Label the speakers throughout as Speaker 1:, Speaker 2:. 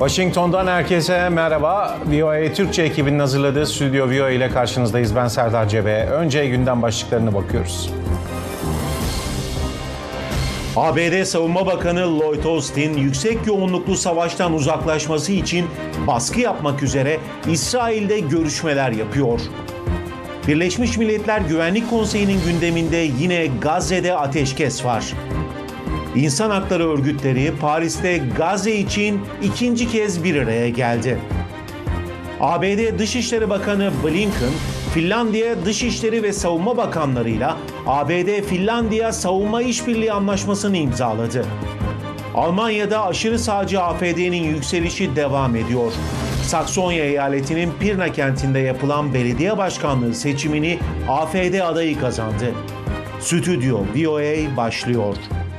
Speaker 1: Washington'dan herkese merhaba. VOA Türkçe ekibinin hazırladığı Stüdyo VOA ile karşınızdayız. Ben Serdar Cebe. Önce gündem başlıklarına bakıyoruz. ABD Savunma Bakanı Lloyd Austin, yüksek yoğunluklu savaştan uzaklaşması için baskı yapmak üzere İsrail'de görüşmeler yapıyor. Birleşmiş Milletler Güvenlik Konseyi'nin gündeminde yine Gazze'de ateşkes var. İnsan hakları örgütleri Paris'te Gazze için ikinci kez bir araya geldi. ABD Dışişleri Bakanı Blinken, Finlandiya Dışişleri ve Savunma Bakanlarıyla ABD-Finlandiya Savunma İşbirliği Anlaşması'nı imzaladı. Almanya'da aşırı sağcı AfD'nin yükselişi devam ediyor. Saksonya eyaletinin Pirna kentinde yapılan belediye başkanlığı seçimini AfD adayı kazandı. Stüdyo VOA başlıyor.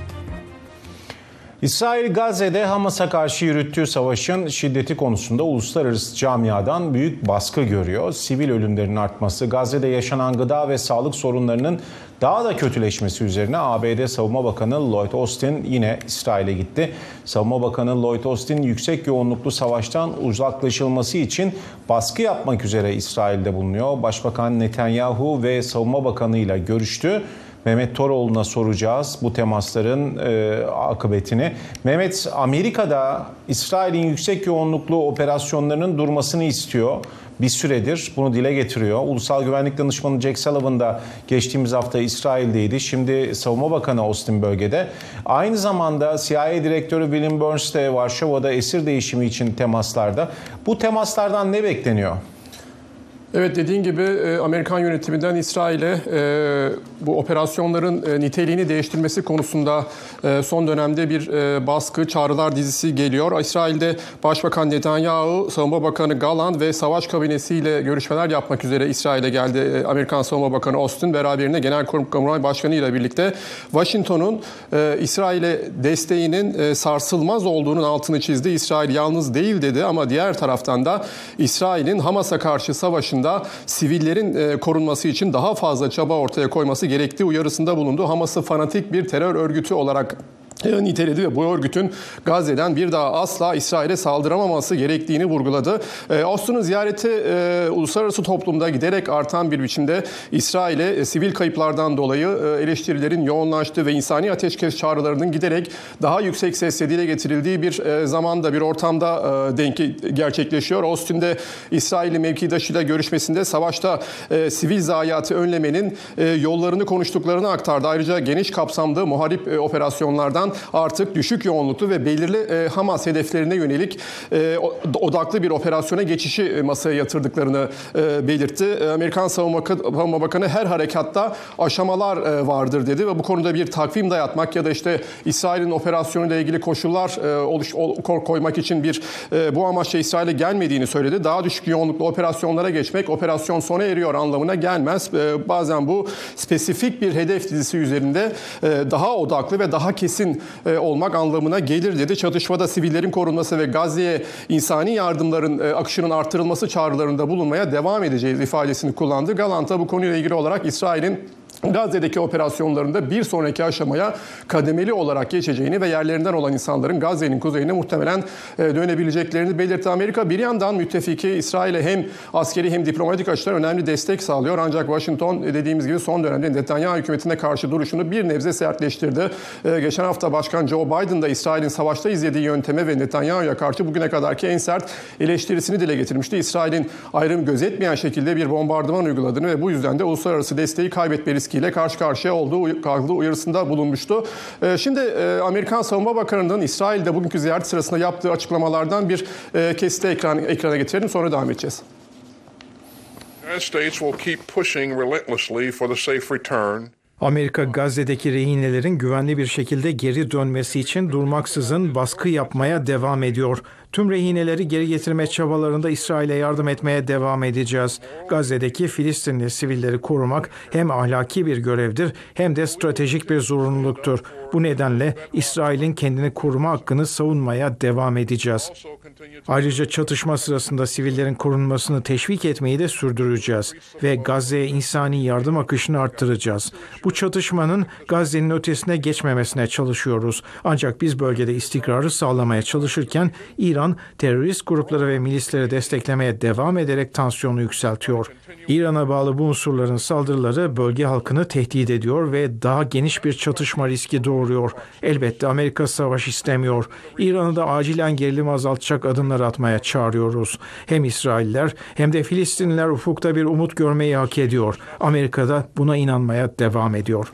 Speaker 1: İsrail Gazze'de Hamas'a karşı yürüttüğü savaşın şiddeti konusunda uluslararası camiadan büyük baskı görüyor. Sivil ölümlerin artması, Gazze'de yaşanan gıda ve sağlık sorunlarının daha da kötüleşmesi üzerine ABD Savunma Bakanı Lloyd Austin yine İsrail'e gitti. Savunma Bakanı Lloyd Austin yüksek yoğunluklu savaştan uzaklaşılması için baskı yapmak üzere İsrail'de bulunuyor. Başbakan Netanyahu ve Savunma Bakanı ile görüştü. Mehmet Toroğlu'na soracağız bu temasların akıbetini. Mehmet, Amerika'da İsrail'in yüksek yoğunluklu operasyonlarının durmasını istiyor. Bir süredir bunu dile getiriyor. Ulusal Güvenlik Danışmanı Jake Sullivan da geçtiğimiz hafta İsrail'deydi. Şimdi Savunma Bakanı Austin bölgede. Aynı zamanda CIA Direktörü William Burns de Varşova'da esir değişimi için temaslarda. Bu temaslardan ne bekleniyor?
Speaker 2: Evet, dediğin gibi Amerikan yönetiminden İsrail'e bu operasyonların niteliğini değiştirmesi konusunda son dönemde bir baskı, çağrılar dizisi geliyor. İsrail'de Başbakan Netanyahu, Savunma Bakanı Gallant ve Savaş Kabinesiyle görüşmeler yapmak üzere İsrail'e geldi. Amerikan Savunma Bakanı Austin beraberinde Genelkurmay Başkanı ile birlikte Washington'un İsrail'e desteğinin sarsılmaz olduğunun altını çizdi. İsrail yalnız değil dedi ama diğer taraftan da İsrail'in Hamas'a karşı savaşın sivillerin korunması için daha fazla çaba ortaya koyması gerektiği uyarısında bulundu. Hamas'ı fanatik bir terör örgütü olarak niteledi ve bu örgütün Gazze'den bir daha asla İsrail'e saldıramaması gerektiğini vurguladı. Austin'un ziyareti uluslararası toplumda giderek artan bir biçimde İsrail'e sivil kayıplardan dolayı eleştirilerin yoğunlaştığı ve insani ateşkes çağrılarının giderek daha yüksek sesle dile getirildiği bir zamanda, bir ortamda gerçekleşiyor. Austin'de İsrail'li mevkidaşıyla görüşmesinde savaşta sivil zayiatı önlemenin yollarını konuştuklarını aktardı. Ayrıca geniş kapsamlı muharip operasyonlardan artık düşük yoğunluklu ve belirli Hamas hedeflerine yönelik odaklı bir operasyona geçişi masaya yatırdıklarını belirtti. Amerikan Savunma Bakanı her harekatta aşamalar vardır dedi ve bu konuda bir takvim dayatmak ya da işte İsrail'in operasyonuyla ilgili koşullar koymak için bu amaçla İsrail'e gelmediğini söyledi. Daha düşük yoğunluklu operasyonlara geçmek, operasyon sona eriyor anlamına gelmez. Bazen bu spesifik bir hedef dizisi üzerinde daha odaklı ve daha kesin olmak anlamına gelir dedi. Çatışmada sivillerin korunması ve Gazze'ye insani yardımların akışının artırılması çağrılarında bulunmaya devam edeceğiz ifadesini kullandı. Galant'a bu konuyla ilgili olarak İsrail'in Gazze'deki operasyonlarında bir sonraki aşamaya kademeli olarak geçeceğini ve yerlerinden olan insanların Gazze'nin kuzeyine muhtemelen dönebileceklerini belirtti. Amerika bir yandan müttefiki İsrail'e hem askeri hem diplomatik açıdan önemli destek sağlıyor. Ancak Washington dediğimiz gibi son dönemde Netanyahu hükümetine karşı duruşunu bir nebze sertleştirdi. Geçen hafta Başkan Joe Biden da İsrail'in savaşta izlediği yönteme ve Netanyahu'ya karşı bugüne kadarki en sert eleştirisini dile getirmişti. İsrail'in ayrım gözetmeyen şekilde bir bombardıman uyguladığını ve bu yüzden de uluslararası desteği kaybetme riskiyle karşı karşıya olduğu uyarısında bulunmuştu. Şimdi Amerikan Savunma Bakanı'nın İsrail'de bugünkü ziyaret sırasında yaptığı açıklamalardan bir kesiti ekrana getirelim, sonra devam edeceğiz.
Speaker 3: Amerika, Gazze'deki rehinelerin güvenli bir şekilde geri dönmesi için durmaksızın baskı yapmaya devam ediyor. Tüm rehineleri geri getirme çabalarında İsrail'e yardım etmeye devam edeceğiz. Gazze'deki Filistinli sivilleri korumak hem ahlaki bir görevdir hem de stratejik bir zorunluluktur. Bu nedenle İsrail'in kendini koruma hakkını savunmaya devam edeceğiz. Ayrıca çatışma sırasında sivillerin korunmasını teşvik etmeyi de sürdüreceğiz ve Gazze'ye insani yardım akışını arttıracağız. Bu çatışmanın Gazze'nin ötesine geçmemesine çalışıyoruz. Ancak biz bölgede istikrarı sağlamaya çalışırken İran terörist grupları ve milisleri desteklemeye devam ederek tansiyonu yükseltiyor. İran'a bağlı bu unsurların saldırıları bölge halkını tehdit ediyor ve daha geniş bir çatışma riski doğuruyor. Elbette Amerika savaş istemiyor. İran'ı da acilen gerilimi azaltacak adımlar atmaya çağırıyoruz. Hem İsrailler hem de Filistinliler ufukta bir umut görmeyi hak ediyor. Amerika da buna inanmaya devam ediyor.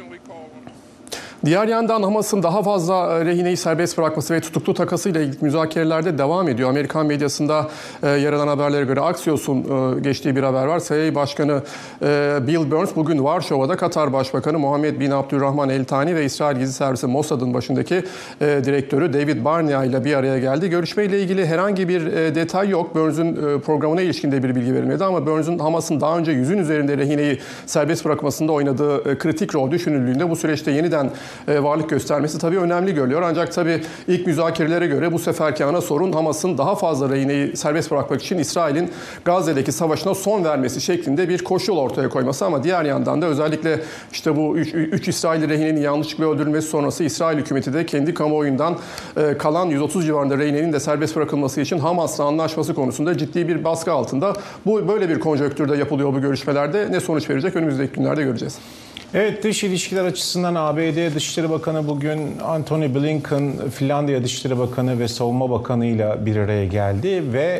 Speaker 2: Diğer yandan Hamas'ın daha fazla rehineyi serbest bırakması ve tutuklu takasıyla ilgili müzakerelerde devam ediyor. Amerikan medyasında yer alan haberlere göre Axios'un geçtiği bir haber var. CIA Başkanı Bill Burns bugün Varşova'da Katar Başbakanı Muhammed bin Abdülrahman El Thani ve İsrail Gizli Servisi Mossad'ın başındaki direktörü David Barnea ile bir araya geldi. Görüşmeyle ilgili herhangi bir detay yok. Burns'un programına ilişkin de bir bilgi verilmedi ama Burns'un Hamas'ın daha önce 100'ün üzerinde rehineyi serbest bırakmasında oynadığı kritik rol düşünüldüğünde bu süreçte yeniden varlık göstermesi tabii önemli görülüyor. Ancak tabii ilk müzakerelere göre bu seferki ana sorun Hamas'ın daha fazla rehineyi serbest bırakmak için İsrail'in Gazze'deki savaşına son vermesi şeklinde bir koşul ortaya koyması ama diğer yandan da özellikle işte bu 3 İsrail rehinenin yanlışlıkla öldürülmesi sonrası İsrail hükümeti de kendi kamuoyundan kalan 130 civarında rehinenin de serbest bırakılması için Hamas'la anlaşması konusunda ciddi bir baskı altında. Bu böyle bir konjonktürde yapılıyor bu görüşmelerde. Ne sonuç verecek önümüzdeki günlerde göreceğiz.
Speaker 1: Evet, dış ilişkiler açısından ABD Dışişleri Bakanı bugün Antony Blinken, Finlandiya Dışişleri Bakanı ve Savunma Bakanı ile bir araya geldi ve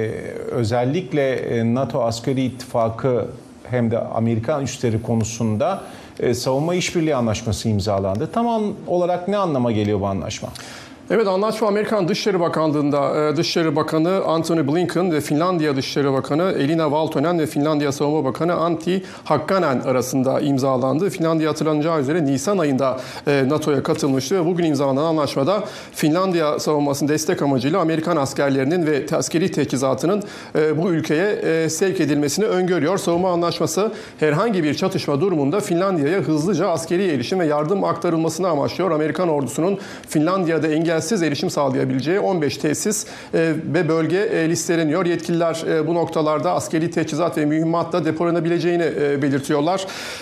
Speaker 1: özellikle NATO Askeri İttifakı hem de Amerikan üsleri konusunda savunma işbirliği anlaşması imzalandı. Tam olarak ne anlama geliyor bu anlaşma?
Speaker 2: Evet, anlaşma Amerikan Dışişleri Bakanlığı'nda Dışişleri Bakanı Antony Blinken ve Finlandiya Dışişleri Bakanı Elina Valtonen ve Finlandiya Savunma Bakanı Antti Hakkanen arasında imzalandı. Finlandiya hatırlanacağı üzere Nisan ayında NATO'ya katılmıştı ve bugün imzalanan anlaşmada Finlandiya savunmasının destek amacıyla Amerikan askerlerinin ve askeri teçhizatının bu ülkeye sevk edilmesini öngörüyor. Savunma anlaşması herhangi bir çatışma durumunda Finlandiya'ya hızlıca askeri erişim ve yardım aktarılmasını amaçlıyor. Amerikan ordusunun Finlandiya'da engelsiz erişim sağlayabileceği 15 tesis ve bölge listeleniyor. Yetkililer bu noktalarda askeri teçhizat ve mühimmatla depolanabileceğini belirtiyorlar.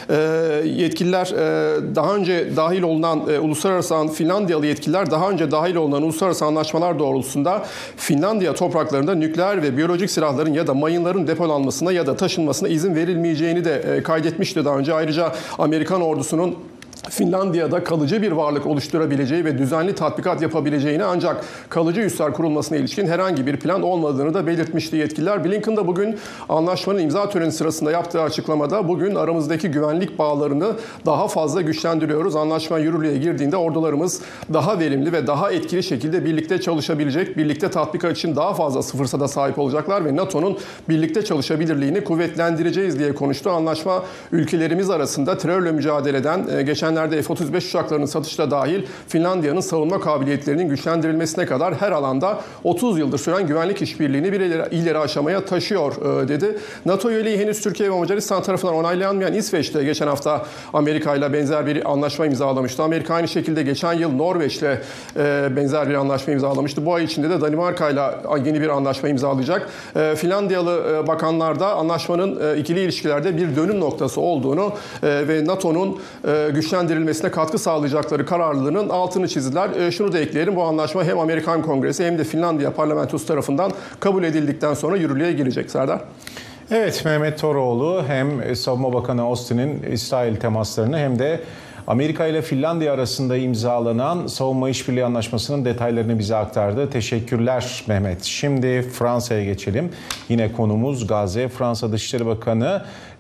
Speaker 2: Yetkililer daha önce dahil olunan Finlandiyalı yetkililer daha önce dahil olunan uluslararası anlaşmalar doğrultusunda Finlandiya topraklarında nükleer ve biyolojik silahların ya da mayınların depolanmasına ya da taşınmasına izin verilmeyeceğini de kaydetmişti daha önce. Ayrıca Amerikan ordusunun Finlandiya'da kalıcı bir varlık oluşturabileceği ve düzenli tatbikat yapabileceğini ancak kalıcı üsler kurulmasına ilişkin herhangi bir plan olmadığını da belirtmişti yetkililer. Blinken de bugün anlaşmanın imza töreni sırasında yaptığı açıklamada bugün aramızdaki güvenlik bağlarını daha fazla güçlendiriyoruz. Anlaşma yürürlüğe girdiğinde ordularımız daha verimli ve daha etkili şekilde birlikte çalışabilecek, birlikte tatbikat için daha fazla fırsata sahip olacaklar ve NATO'nun birlikte çalışabilirliğini kuvvetlendireceğiz diye konuştu. Anlaşma ülkelerimiz arasında terörle mücadeleden geçenlerde F-35 uçaklarının satışı da dahil Finlandiya'nın savunma kabiliyetlerinin güçlendirilmesine kadar her alanda 30 yıldır süren güvenlik işbirliğini bir ileri aşamaya taşıyor dedi. NATO üyeliği henüz Türkiye ve Macaristan tarafından onaylanmayan İsveç'te geçen hafta Amerika ile benzer bir anlaşma imzalamıştı. Amerika aynı şekilde geçen yıl Norveç'le benzer bir anlaşma imzalamıştı. Bu ay içinde de Danimarka ile yeni bir anlaşma imzalayacak. Finlandiyalı bakanlar da anlaşmanın ikili ilişkilerde bir dönüm noktası olduğunu ve NATO'nun güçlendirilmesine katkı sağlayacakları kararlılığının altını çizdiler. Şunu da ekleyelim, bu anlaşma hem Amerikan Kongresi hem de Finlandiya parlamentosu tarafından kabul edildikten sonra yürürlüğe girecek. Serdar.
Speaker 1: Evet, Mehmet Toroğlu hem Savunma Bakanı Austin'in İsrail temaslarını hem de Amerika ile Finlandiya arasında imzalanan savunma işbirliği anlaşmasının detaylarını bize aktardı. Teşekkürler Mehmet. Şimdi Fransa'ya geçelim. Yine konumuz Gazze. Fransa Dışişleri Bakanı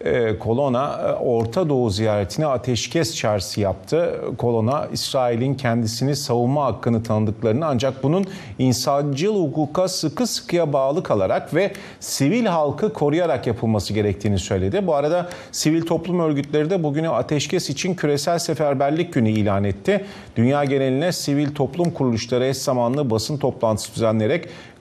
Speaker 1: Colonna Orta Doğu ziyaretine ateşkes çağrısı yaptı. Colonna, İsrail'in kendisini savunma hakkını tanıdıklarını ancak bunun insancıl hukuka sıkı sıkıya bağlı kalarak ve sivil halkı koruyarak yapılması gerektiğini söyledi. Bu arada sivil toplum örgütleri de bugünü ateşkes için küresel seferberlik günü ilan etti. Dünya geneline sivil toplum kuruluşları eş zamanlı basın toplantısı düzenleyerek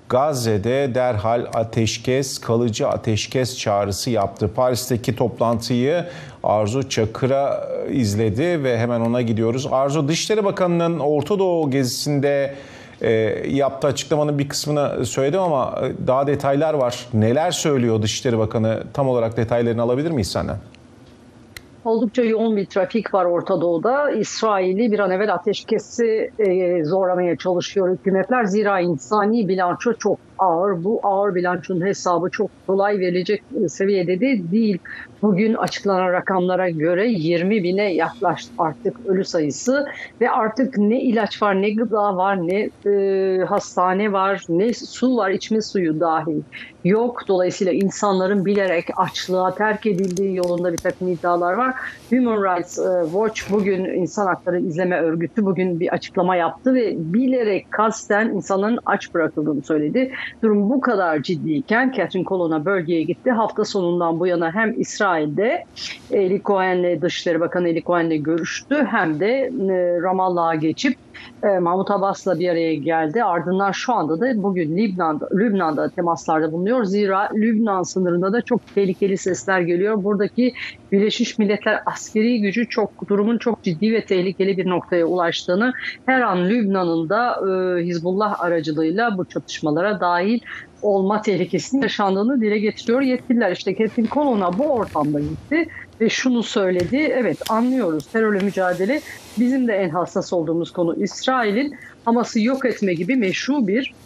Speaker 1: Gazze'de derhal ateşkes, kalıcı ateşkes çağrısı yaptı. Paris'teki toplantıyı Arzu Çakır'a izledi ve hemen ona gidiyoruz. Arzu, Dışişleri Bakanı'nın Orta Doğu gezisinde yaptığı açıklamanın bir kısmını söyledim ama daha detaylar var. Neler söylüyor Dışişleri Bakanı? Tam olarak detaylarını alabilir miyiz senden?
Speaker 4: Oldukça yoğun bir trafik var Orta Doğu'da. İsrail'i bir an evvel ateşkesi zorlamaya çalışıyor hükümetler. Zira insani bilanço çok ağır. Bu ağır bilançonun hesabı çok kolay verilecek seviyede de değil. Bugün açıklanan rakamlara göre 20 bine yaklaştı artık ölü sayısı ve artık ne ilaç var, ne gıda var, ne hastane var, ne su var, içme suyu dahi yok. Dolayısıyla insanların bilerek açlığa terk edildiği yolunda bir takım iddialar var. Human Rights Watch, bugün İnsan Hakları İzleme Örgütü bugün bir açıklama yaptı ve bilerek kasten insanların aç bırakıldığını söyledi. Durum bu kadar ciddiyken Catherine Colonna bölgeye gitti. Hafta sonundan bu yana hem İsrail'de Eli Cohen'le, Dışişleri Bakanı Eli Cohen'le görüştü, hem de Ramallah'a geçip Mahmut Abbas'la bir araya geldi. Ardından şu anda da bugün Lübnan'da temaslarda bulunuyor. Zira Lübnan sınırında da çok tehlikeli sesler geliyor. Buradaki Birleşmiş Milletler askeri gücü durumun çok ciddi ve tehlikeli bir noktaya ulaştığını, her an Lübnan'ın da Hizbullah aracılığıyla bu çatışmalara dahil olma tehlikesinin yaşandığını dile getiriyor yetkililer. İşte Catherine Colonna bu ortamda gitti ve şunu söyledi: evet, anlıyoruz, terörle mücadele bizim de en hassas olduğumuz konu. İsrail'in Hamas'ı yok etme gibi meşru bir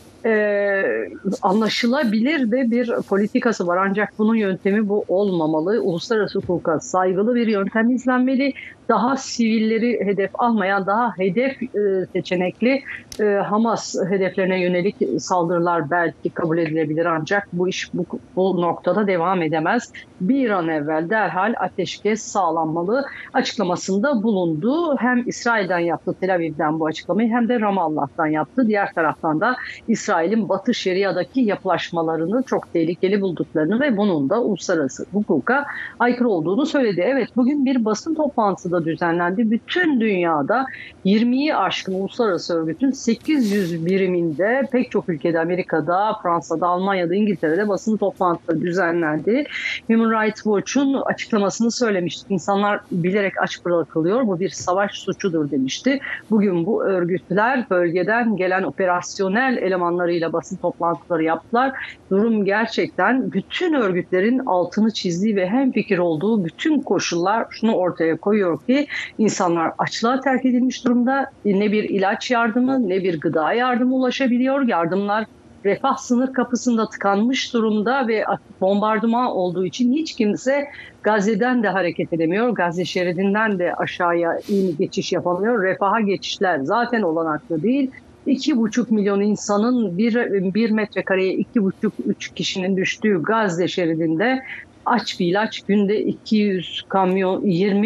Speaker 4: anlaşılabilir de bir politikası var. Ancak bunun yöntemi bu olmamalı. Uluslararası hukuka saygılı bir yöntem izlenmeli. Daha sivilleri hedef almayan, daha hedef seçenekli Hamas hedeflerine yönelik saldırılar belki kabul edilebilir, ancak bu iş bu noktada devam edemez. Bir an evvel derhal ateşkes sağlanmalı açıklamasında bulundu. Hem İsrail'den yaptı, Tel Aviv'den bu açıklamayı, hem de Ramallah'tan yaptı. Diğer taraftan da İsrail'in Batı Şeria'daki yapılaşmalarını çok tehlikeli bulduklarını ve bunun da uluslararası hukuka aykırı olduğunu söyledi. Evet, bugün bir basın toplantısı da düzenlendi. Bütün dünyada 20'yi aşkın uluslararası örgütün 800 biriminde pek çok ülkede, Amerika'da, Fransa'da, Almanya'da, İngiltere'de basın toplantısı düzenlendi. Human Rights Watch'un açıklamasını söylemiştik. İnsanlar bilerek aç bırakılıyor. Bu bir savaş suçudur demişti. Bugün bu örgütler bölgeden gelen operasyonel elemanlarıyla basın toplantıları yaptılar. Durum gerçekten bütün örgütlerin altını çizdiği ve hemfikir olduğu bütün koşullar şunu ortaya koyuyor ki insanlar açlığa terk edilmiş durumda. Ne bir ilaç yardımı, ne bir gıda yardımı ulaşabiliyor. Yardımlar refah sınır kapısında tıkanmış durumda ve bombardıman olduğu için hiç kimse Gazze'den de hareket edemiyor. Gazze şeridinden de aşağıya geçiş yapamıyor. Refaha geçişler zaten olanaklı değil. 2,5 milyon insanın bir metrekareye 2,5-3 kişinin düştüğü Gazze şeridinde aç bir ilaç günde 200 kamyon,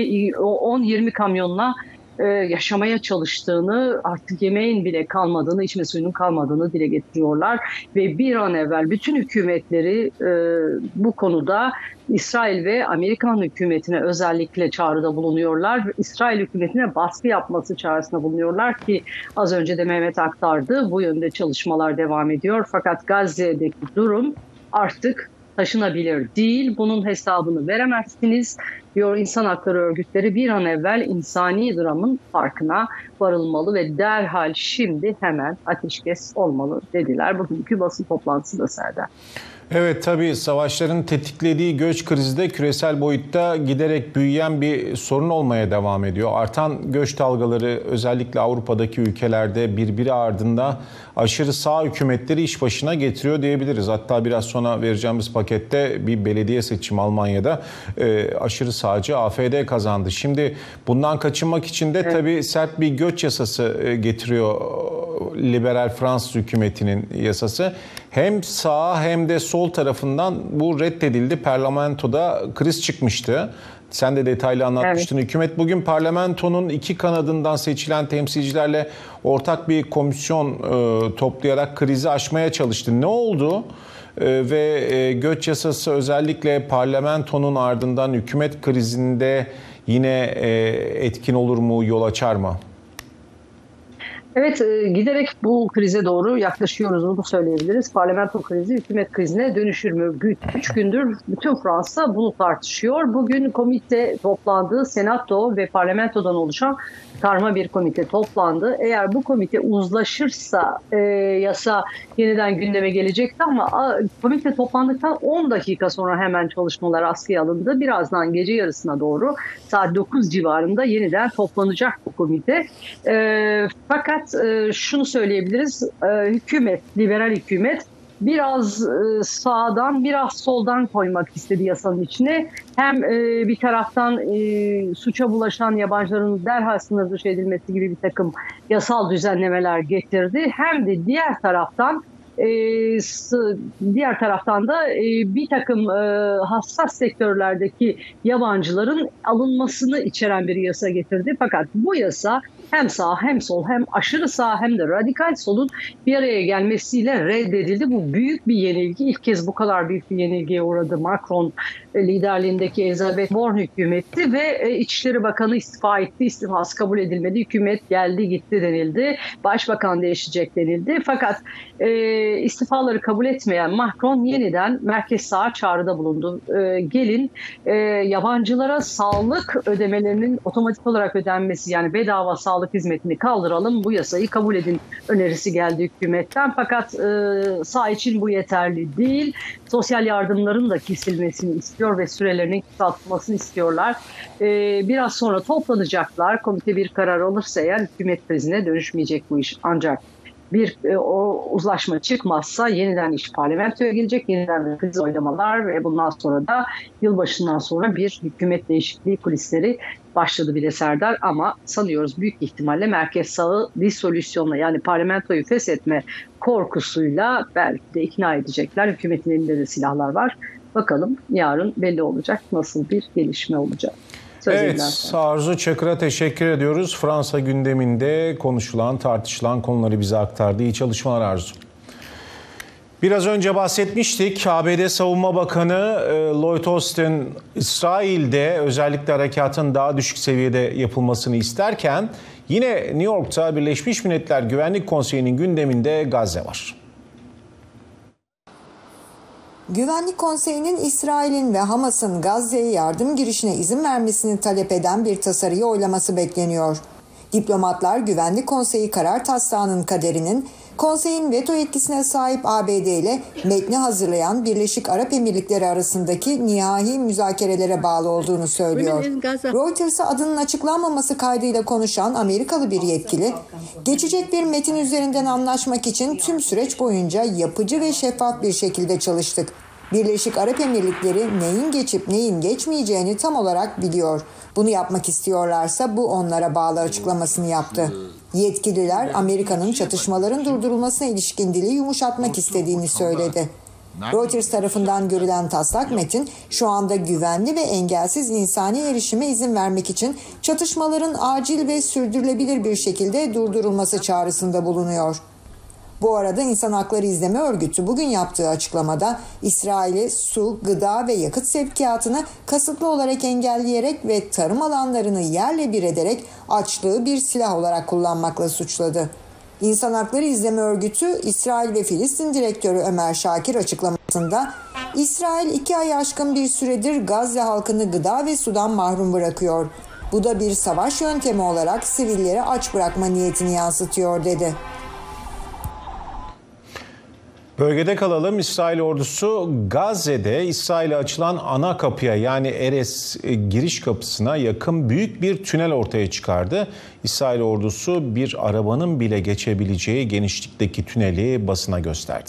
Speaker 4: 10-20 kamyonla yaşamaya çalıştığını, artık yemeğin bile kalmadığını, içme suyunun kalmadığını dile getiriyorlar. Ve bir an evvel bütün hükümetleri bu konuda İsrail ve Amerikan hükümetine özellikle çağrıda bulunuyorlar. İsrail hükümetine baskı yapması çağrısında bulunuyorlar ki az önce de Mehmet aktardı. Bu yönde çalışmalar devam ediyor. Fakat Gazze'deki durum artık taşınabilir değil. Bunun hesabını veremezsiniz diyor insan hakları örgütleri. Bir an evvel insani dramın farkına varılmalı ve derhal şimdi hemen ateşkes olmalı dediler. Bugünkü basın toplantısı da Serdar.
Speaker 1: Evet, tabii savaşların tetiklediği göç krizi de küresel boyutta giderek büyüyen bir sorun olmaya devam ediyor. Artan göç dalgaları özellikle Avrupa'daki ülkelerde birbiri ardında aşırı sağ hükümetleri iş başına getiriyor diyebiliriz. Hatta biraz sonra vereceğimiz pakette bir belediye seçimi Almanya'da aşırı sağcı AfD kazandı. Şimdi bundan kaçınmak için de tabii sert bir göç yasası getiriyor liberal Fransız hükümetinin yasası. Hem sağ hem de sol tarafından bu reddedildi. Parlamentoda kriz çıkmıştı. Sen de detaylı anlatmıştın. Evet. Hükümet bugün parlamentonun iki kanadından seçilen temsilcilerle ortak bir komisyon toplayarak krizi aşmaya çalıştı. Ne oldu? Ve göç yasası özellikle parlamentonun ardından hükümet krizinde yine etkin olur mu, yol açar mı?
Speaker 4: Evet, giderek bu krize doğru yaklaşıyoruz, bunu söyleyebiliriz. Parlamento krizi hükümet krizine dönüşür mü? 3 gündür bütün Fransa bunu tartışıyor. Bugün komite toplandı, senato ve parlamentodan oluşan karma bir komite toplandı. Eğer bu komite uzlaşırsa yasa yeniden gündeme gelecekti ama komite toplandıktan 10 dakika sonra hemen çalışmalar askıya alındı. Birazdan gece yarısına doğru saat 9 civarında yeniden toplanacak bu komite. Fakat şunu söyleyebiliriz, hükümet, liberal hükümet biraz sağdan biraz soldan koymak istedi yasanın içine. Hem bir taraftan suça bulaşan yabancıların derhal sınır dışı edilmesi gibi bir takım yasal düzenlemeler getirdi. Hem de diğer taraftan da bir takım hassas sektörlerdeki yabancıların alınmasını içeren bir yasa getirdi. Fakat bu yasa hem sağ hem sol hem aşırı sağ hem de radikal solun bir araya gelmesiyle reddedildi. Bu büyük bir yenilgi. İlk kez bu kadar büyük bir yenilgiye uğradı Macron liderliğindeki Elisabeth Borne hükümeti ve İçişleri Bakanı istifa etti. İstifası kabul edilmedi. Hükümet geldi gitti denildi. Başbakan değişecek denildi. Fakat istifaları kabul etmeyen Macron yeniden merkez sağa çağrıda bulundu. Gelin yabancılara sağlık ödemelerinin otomatik olarak ödenmesi, yani bedava sağlık hizmetini kaldıralım, bu yasayı kabul edin önerisi geldi hükümetten. Fakat sağ için bu yeterli değil. Sosyal yardımların da kesilmesini istiyor ve sürelerinin kısaltılmasını istiyorlar. Biraz sonra toplanacaklar. Komite bir karar alırsa eğer hükümet krizine dönüşmeyecek bu iş. Ancak o uzlaşma çıkmazsa yeniden iş parlamentoya gelecek, yeniden kriz oylamalar ve bundan sonra da yılbaşından sonra bir hükümet değişikliği kulisleri başladı bile Serdar. Ama sanıyoruz büyük ihtimalle merkez sağı disolüsyonla, yani parlamentoyu feshetme korkusuyla belki de ikna edecekler. Hükümetin elinde de silahlar var. Bakalım yarın belli olacak nasıl bir gelişme olacak.
Speaker 1: Evet, Arzu Çakır'a teşekkür ediyoruz. Fransa gündeminde konuşulan, tartışılan konuları bize aktardı. İyi çalışmalar Arzu. Biraz önce bahsetmiştik. ABD Savunma Bakanı Lloyd Austin, İsrail'de özellikle harekatın daha düşük seviyede yapılmasını isterken yine New York'ta Birleşmiş Milletler Güvenlik Konseyi'nin gündeminde Gazze var.
Speaker 5: Güvenlik Konseyi'nin İsrail'in ve Hamas'ın Gazze'ye yardım girişine izin vermesini talep eden bir tasarıyı oylaması bekleniyor. Diplomatlar Güvenlik Konseyi karar taslağının kaderinin konseyin veto yetkisine sahip ABD ile metni hazırlayan Birleşik Arap Emirlikleri arasındaki nihai müzakerelere bağlı olduğunu söylüyor. Reuters'a adının açıklanmaması kaydıyla konuşan Amerikalı bir yetkili, geçecek bir metin üzerinden anlaşmak için tüm süreç boyunca yapıcı ve şeffaf bir şekilde çalıştık. Birleşik Arap Emirlikleri neyin geçip neyin geçmeyeceğini tam olarak biliyor. Bunu yapmak istiyorlarsa bu onlara bağlı açıklamasını yaptı. Yetkililer Amerika'nın çatışmaların durdurulmasına ilişkin dili yumuşatmak istediğini söyledi. Reuters tarafından görülen taslak metin şu anda güvenli ve engelsiz insani erişime izin vermek için çatışmaların acil ve sürdürülebilir bir şekilde durdurulması çağrısında bulunuyor. Bu arada İnsan Hakları İzleme Örgütü bugün yaptığı açıklamada İsrail'i su, gıda ve yakıt sevkiyatını kasıtlı olarak engelleyerek ve tarım alanlarını yerle bir ederek açlığı bir silah olarak kullanmakla suçladı. İnsan Hakları İzleme Örgütü İsrail ve Filistin Direktörü Ömer Şakir açıklamasında İsrail 2 ay aşkın bir süredir Gazze halkını gıda ve sudan mahrum bırakıyor. Bu da bir savaş yöntemi olarak sivilleri aç bırakma niyetini yansıtıyor dedi.
Speaker 1: Bölgede kalalım. İsrail ordusu Gazze'de İsrail'e açılan ana kapıya, yani Erez giriş kapısına yakın büyük bir tünel ortaya çıkardı. İsrail ordusu bir arabanın bile geçebileceği genişlikteki tüneli basına gösterdi.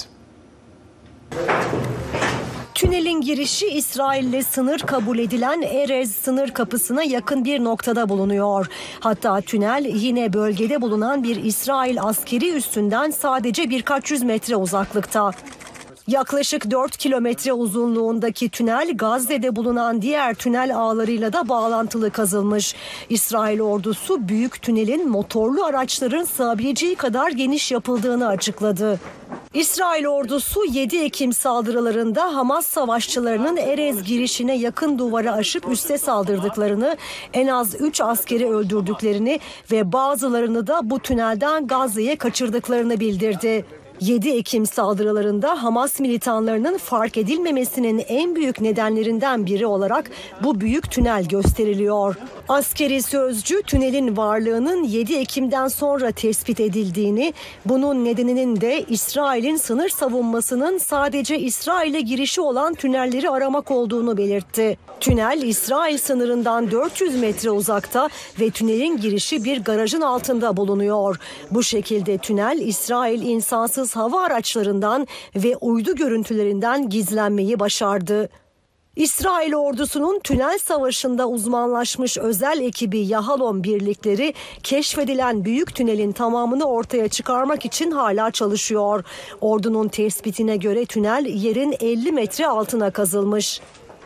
Speaker 6: Tünelin girişi İsrail'le sınır kabul edilen Erez sınır kapısına yakın bir noktada bulunuyor. Hatta tünel yine bölgede bulunan bir İsrail askeri üssünden sadece birkaç yüz metre uzaklıkta. Yaklaşık 4 kilometre uzunluğundaki tünel Gazze'de bulunan diğer tünel ağlarıyla da bağlantılı kazılmış. İsrail ordusu büyük tünelin motorlu araçların sığabileceği kadar geniş yapıldığını açıkladı. İsrail ordusu 7 Ekim saldırılarında Hamas savaşçılarının Erez girişine yakın duvarı aşıp üste saldırdıklarını, en az 3 askeri öldürdüklerini ve bazılarını da bu tünelden Gazze'ye kaçırdıklarını bildirdi. 7 Ekim saldırılarında Hamas militanlarının fark edilmemesinin en büyük nedenlerinden biri olarak bu büyük tünel gösteriliyor. Askeri sözcü tünelin varlığının 7 Ekim'den sonra tespit edildiğini, bunun nedeninin de İsrail'in sınır savunmasının sadece İsrail'e girişi olan tünelleri aramak olduğunu belirtti. Tünel İsrail sınırından 400 metre uzakta ve tünelin girişi bir garajın altında bulunuyor. Bu şekilde tünel İsrail insansız hava araçlarından ve uydu görüntülerinden gizlenmeyi başardı. İsrail ordusunun tünel savaşında uzmanlaşmış özel ekibi Yahalom birlikleri keşfedilen büyük tünelin tamamını ortaya çıkarmak için hala çalışıyor. Ordunun tespitine göre tünel yerin 50 metre altına kazılmış.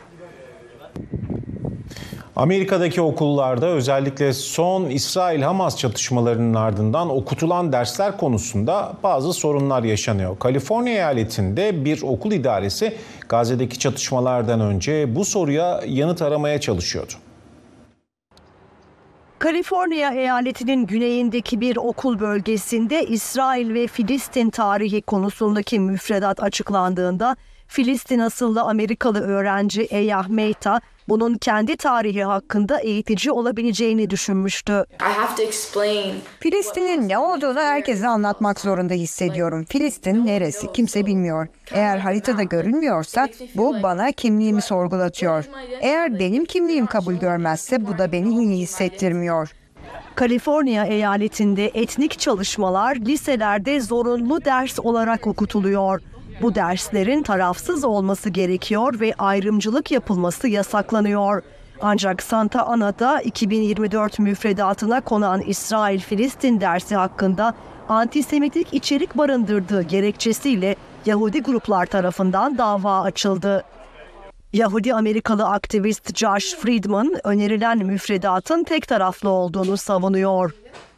Speaker 1: Amerika'daki okullarda özellikle son İsrail-Hamas çatışmalarının ardından okutulan dersler konusunda bazı sorunlar yaşanıyor. Kaliforniya eyaletinde bir okul idaresi Gazze'deki çatışmalardan önce bu soruya yanıt aramaya çalışıyordu.
Speaker 6: Kaliforniya eyaletinin güneyindeki bir okul bölgesinde İsrail ve Filistin tarihi konusundaki müfredat açıklandığında Filistin asıllı Amerikalı öğrenci Eyah Meyta bunun kendi tarihi hakkında eğitici olabileceğini düşünmüştü.
Speaker 7: Filistin'in ne olduğunu herkese anlatmak zorunda hissediyorum. Filistin neresi? Kimse bilmiyor. Eğer haritada görünmüyorsa bu bana kimliğimi sorgulatıyor. Eğer benim kimliğim kabul görmezse bu da beni iyi hissettirmiyor.
Speaker 6: Kaliforniya eyaletinde etnik çalışmalar liselerde zorunlu ders olarak okutuluyor. Bu derslerin tarafsız olması gerekiyor ve ayrımcılık yapılması yasaklanıyor. Ancak Santa Ana'da 2024 müfredatına konan İsrail-Filistin dersi hakkında antisemitik içerik barındırdığı gerekçesiyle Yahudi gruplar tarafından dava açıldı. Yahudi Amerikalı aktivist Josh Friedman önerilen müfredatın tek taraflı olduğunu savunuyor.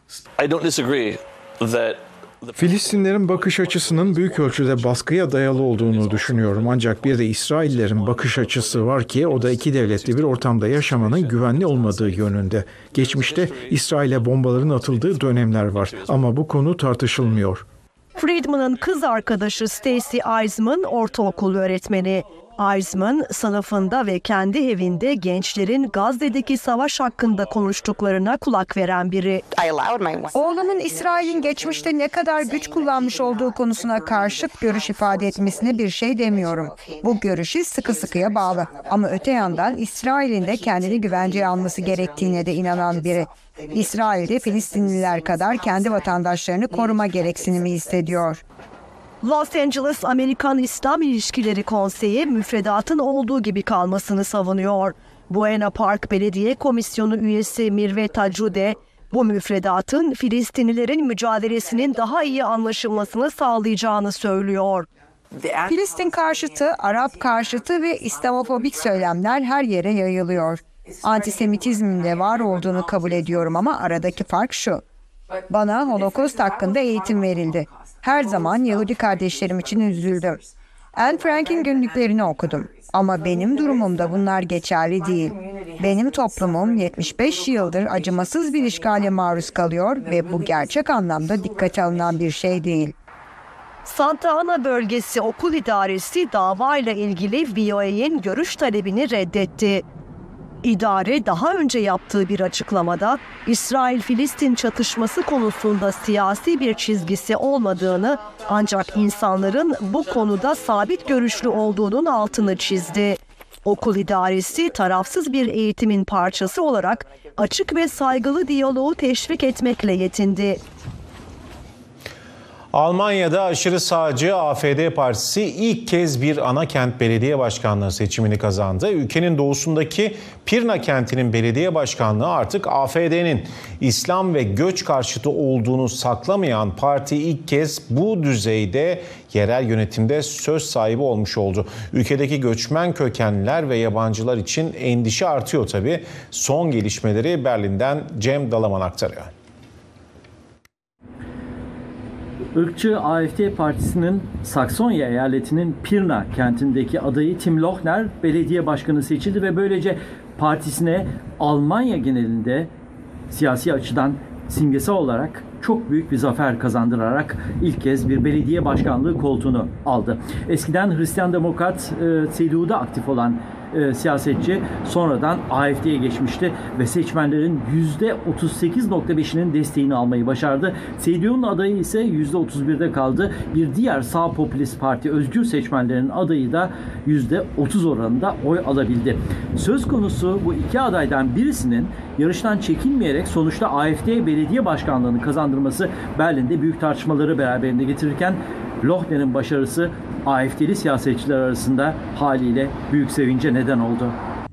Speaker 3: Filistinlerin bakış açısının büyük ölçüde baskıya dayalı olduğunu düşünüyorum. Ancak bir de İsraillerin bakış açısı var ki o da iki devletli bir ortamda yaşamanın güvenli olmadığı yönünde. Geçmişte İsrail'e bombaların atıldığı dönemler var ama bu konu tartışılmıyor.
Speaker 6: Friedman'ın kız arkadaşı Stacy Eisman ortaokul öğretmeni. Eisman sınıfında ve kendi evinde gençlerin Gazze'deki savaş hakkında konuştuklarına kulak veren biri.
Speaker 7: Oğlumun İsrail'in geçmişte ne kadar güç kullanmış olduğu konusuna karşıt görüş ifade etmesine bir şey demiyorum. Bu görüşü sıkı sıkıya bağlı. Ama öte yandan İsrail'in de kendini güvenceye alması gerektiğine de inanan biri. İsrail'de Filistinliler kadar kendi vatandaşlarını koruma gereksinimi hissediyor.
Speaker 6: Los Angeles Amerikan İslam İlişkileri Konseyi müfredatın olduğu gibi kalmasını savunuyor. Buena Park Belediye Komisyonu üyesi Mirvet Tacude, bu müfredatın Filistinlilerin mücadelesinin daha iyi anlaşılmasını sağlayacağını söylüyor.
Speaker 7: Filistin karşıtı, Arap karşıtı ve İslamofobik söylemler her yere yayılıyor. Antisemitizmin de var olduğunu kabul ediyorum ama aradaki fark şu. Bana Holocaust hakkında eğitim verildi. Her zaman Yahudi kardeşlerim için üzüldüm. Anne Frank'in günlüklerini okudum. Ama benim durumumda bunlar geçerli değil. Benim toplumum 75 yıldır acımasız bir işgale maruz kalıyor ve bu gerçek anlamda dikkate alınan bir şey değil.
Speaker 6: Santa Ana Bölgesi Okul İdaresi davayla ilgili VOA'nin görüş talebini reddetti. İdare daha önce yaptığı bir açıklamada İsrail-Filistin çatışması konusunda siyasi bir çizgisi olmadığını ancak insanların bu konuda sabit görüşlü olduğunun altını çizdi. Okul idaresi tarafsız bir eğitimin parçası olarak açık ve saygılı diyaloğu teşvik etmekle yetindi.
Speaker 1: Almanya'da aşırı sağcı AfD partisi ilk kez bir ana kent belediye başkanlığı seçimini kazandı. Ülkenin doğusundaki Pirna kentinin belediye başkanlığı artık AfD'nin İslam ve göç karşıtı olduğunu saklamayan parti ilk kez bu düzeyde yerel yönetimde söz sahibi olmuş oldu. Ülkedeki göçmen kökenliler ve yabancılar için endişe artıyor tabii. Son gelişmeleri Berlin'den Cem Dalaman aktarıyor.
Speaker 8: Irkçı AfD Partisi'nin Saksonya eyaletinin Pirna kentindeki adayı Tim Lochner belediye başkanı seçildi ve böylece partisine Almanya genelinde siyasi açıdan simgesel olarak çok büyük bir zafer kazandırarak ilk kez bir belediye başkanlığı koltuğunu aldı. Eskiden Hristiyan Demokrat CDU'da aktif olan siyasetçi sonradan AfD'ye geçmişti ve seçmenlerin %38.5'inin desteğini almayı başardı. CDU'nun adayı ise %31'de kaldı. Bir diğer sağ popülist parti Özgür Seçmenlerin adayı da %30 oranında oy alabildi. Söz konusu bu iki adaydan birisinin yarıştan çekinmeyerek sonuçta AfD belediye başkanlığını kazandırması Berlin'de büyük tartışmaları beraberinde getirirken Lochner'in başarısı AfD'li siyasetçiler arasında haliyle büyük sevince neden oldu.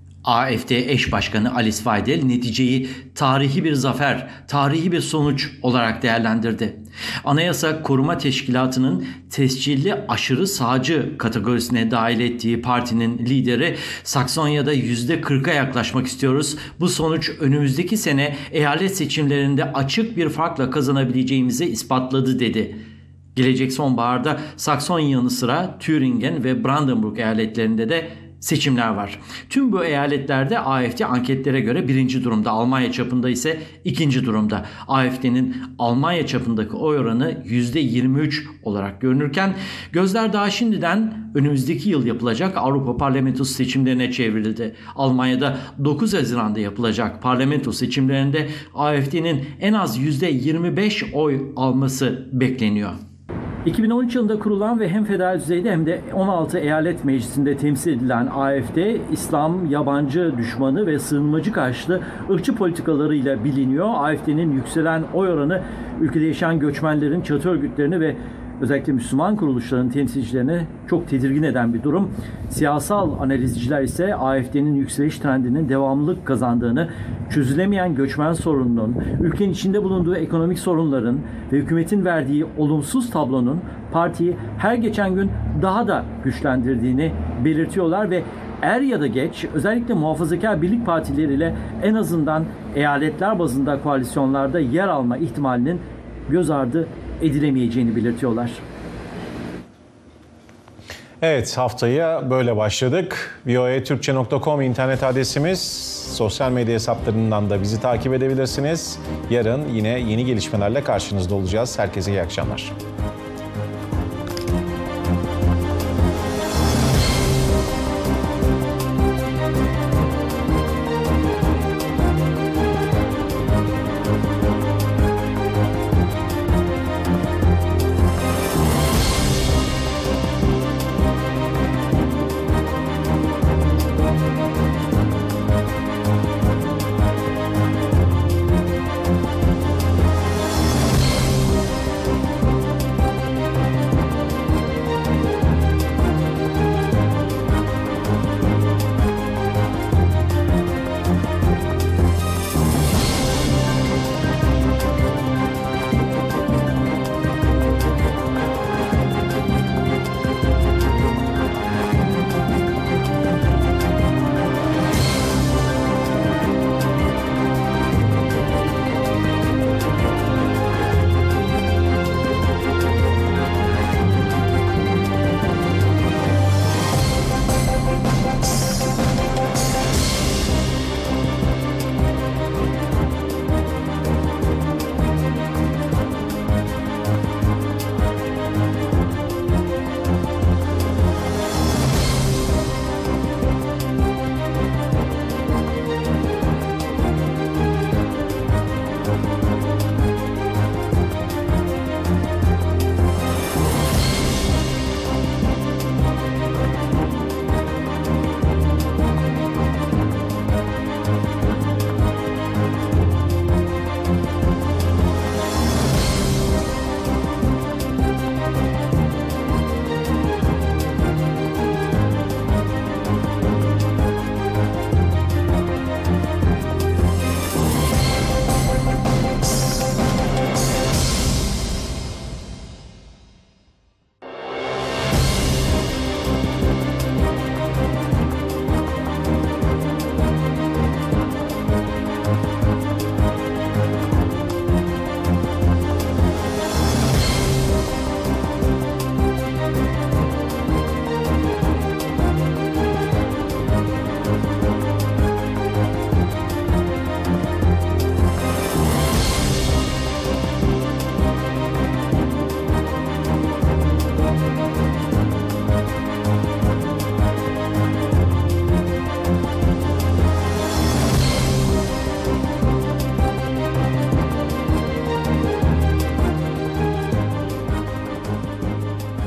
Speaker 9: AfD eş başkanı Alice Weidel neticeyi tarihi bir zafer, tarihi bir sonuç olarak değerlendirdi. Anayasa Koruma Teşkilatı'nın tescilli aşırı sağcı kategorisine dahil ettiği partinin lideri Saksonya'da %40'a yaklaşmak istiyoruz. Bu sonuç önümüzdeki sene eyalet seçimlerinde açık bir farkla kazanabileceğimizi ispatladı dedi. Gelecek sonbaharda Saksonya yanı sıra Thüringen ve Brandenburg eyaletlerinde de seçimler var. Tüm bu eyaletlerde AfD anketlere göre birinci durumda, Almanya çapında ise ikinci durumda. AfD'nin Almanya çapındaki oy oranı %23 olarak görünürken gözler daha şimdiden önümüzdeki yıl yapılacak Avrupa Parlamentosu seçimlerine çevrildi. Almanya'da 9 Haziran'da yapılacak parlamento seçimlerinde AfD'nin en az %25 oy alması bekleniyor. 2013 yılında kurulan ve hem federal düzeyde hem de 16 eyalet meclisinde temsil edilen AfD, İslam, yabancı düşmanı ve sığınmacı karşıtı ırkçı politikalarıyla biliniyor. AfD'nin yükselen oy oranı ülkede yaşayan göçmenlerin, çatı örgütlerini ve özellikle Müslüman kuruluşların temsilcilerini çok tedirgin eden bir durum. Siyasal analizciler ise AfD'nin yükseliş trendinin devamlılık kazandığını, çözülemeyen göçmen sorununun, ülkenin içinde bulunduğu ekonomik sorunların ve hükümetin verdiği olumsuz tablonun partiyi her geçen gün daha da güçlendirdiğini belirtiyorlar ve er ya da geç özellikle muhafazakar birlik partileriyle en azından eyaletler bazında koalisyonlarda yer alma ihtimalinin göz ardı edilemeyeceğini belirtiyorlar.
Speaker 1: Evet, haftaya böyle başladık. voatürkçe.com internet adresimiz. Sosyal medya hesaplarından da bizi takip edebilirsiniz. Yarın yine yeni gelişmelerle karşınızda olacağız. Herkese iyi akşamlar.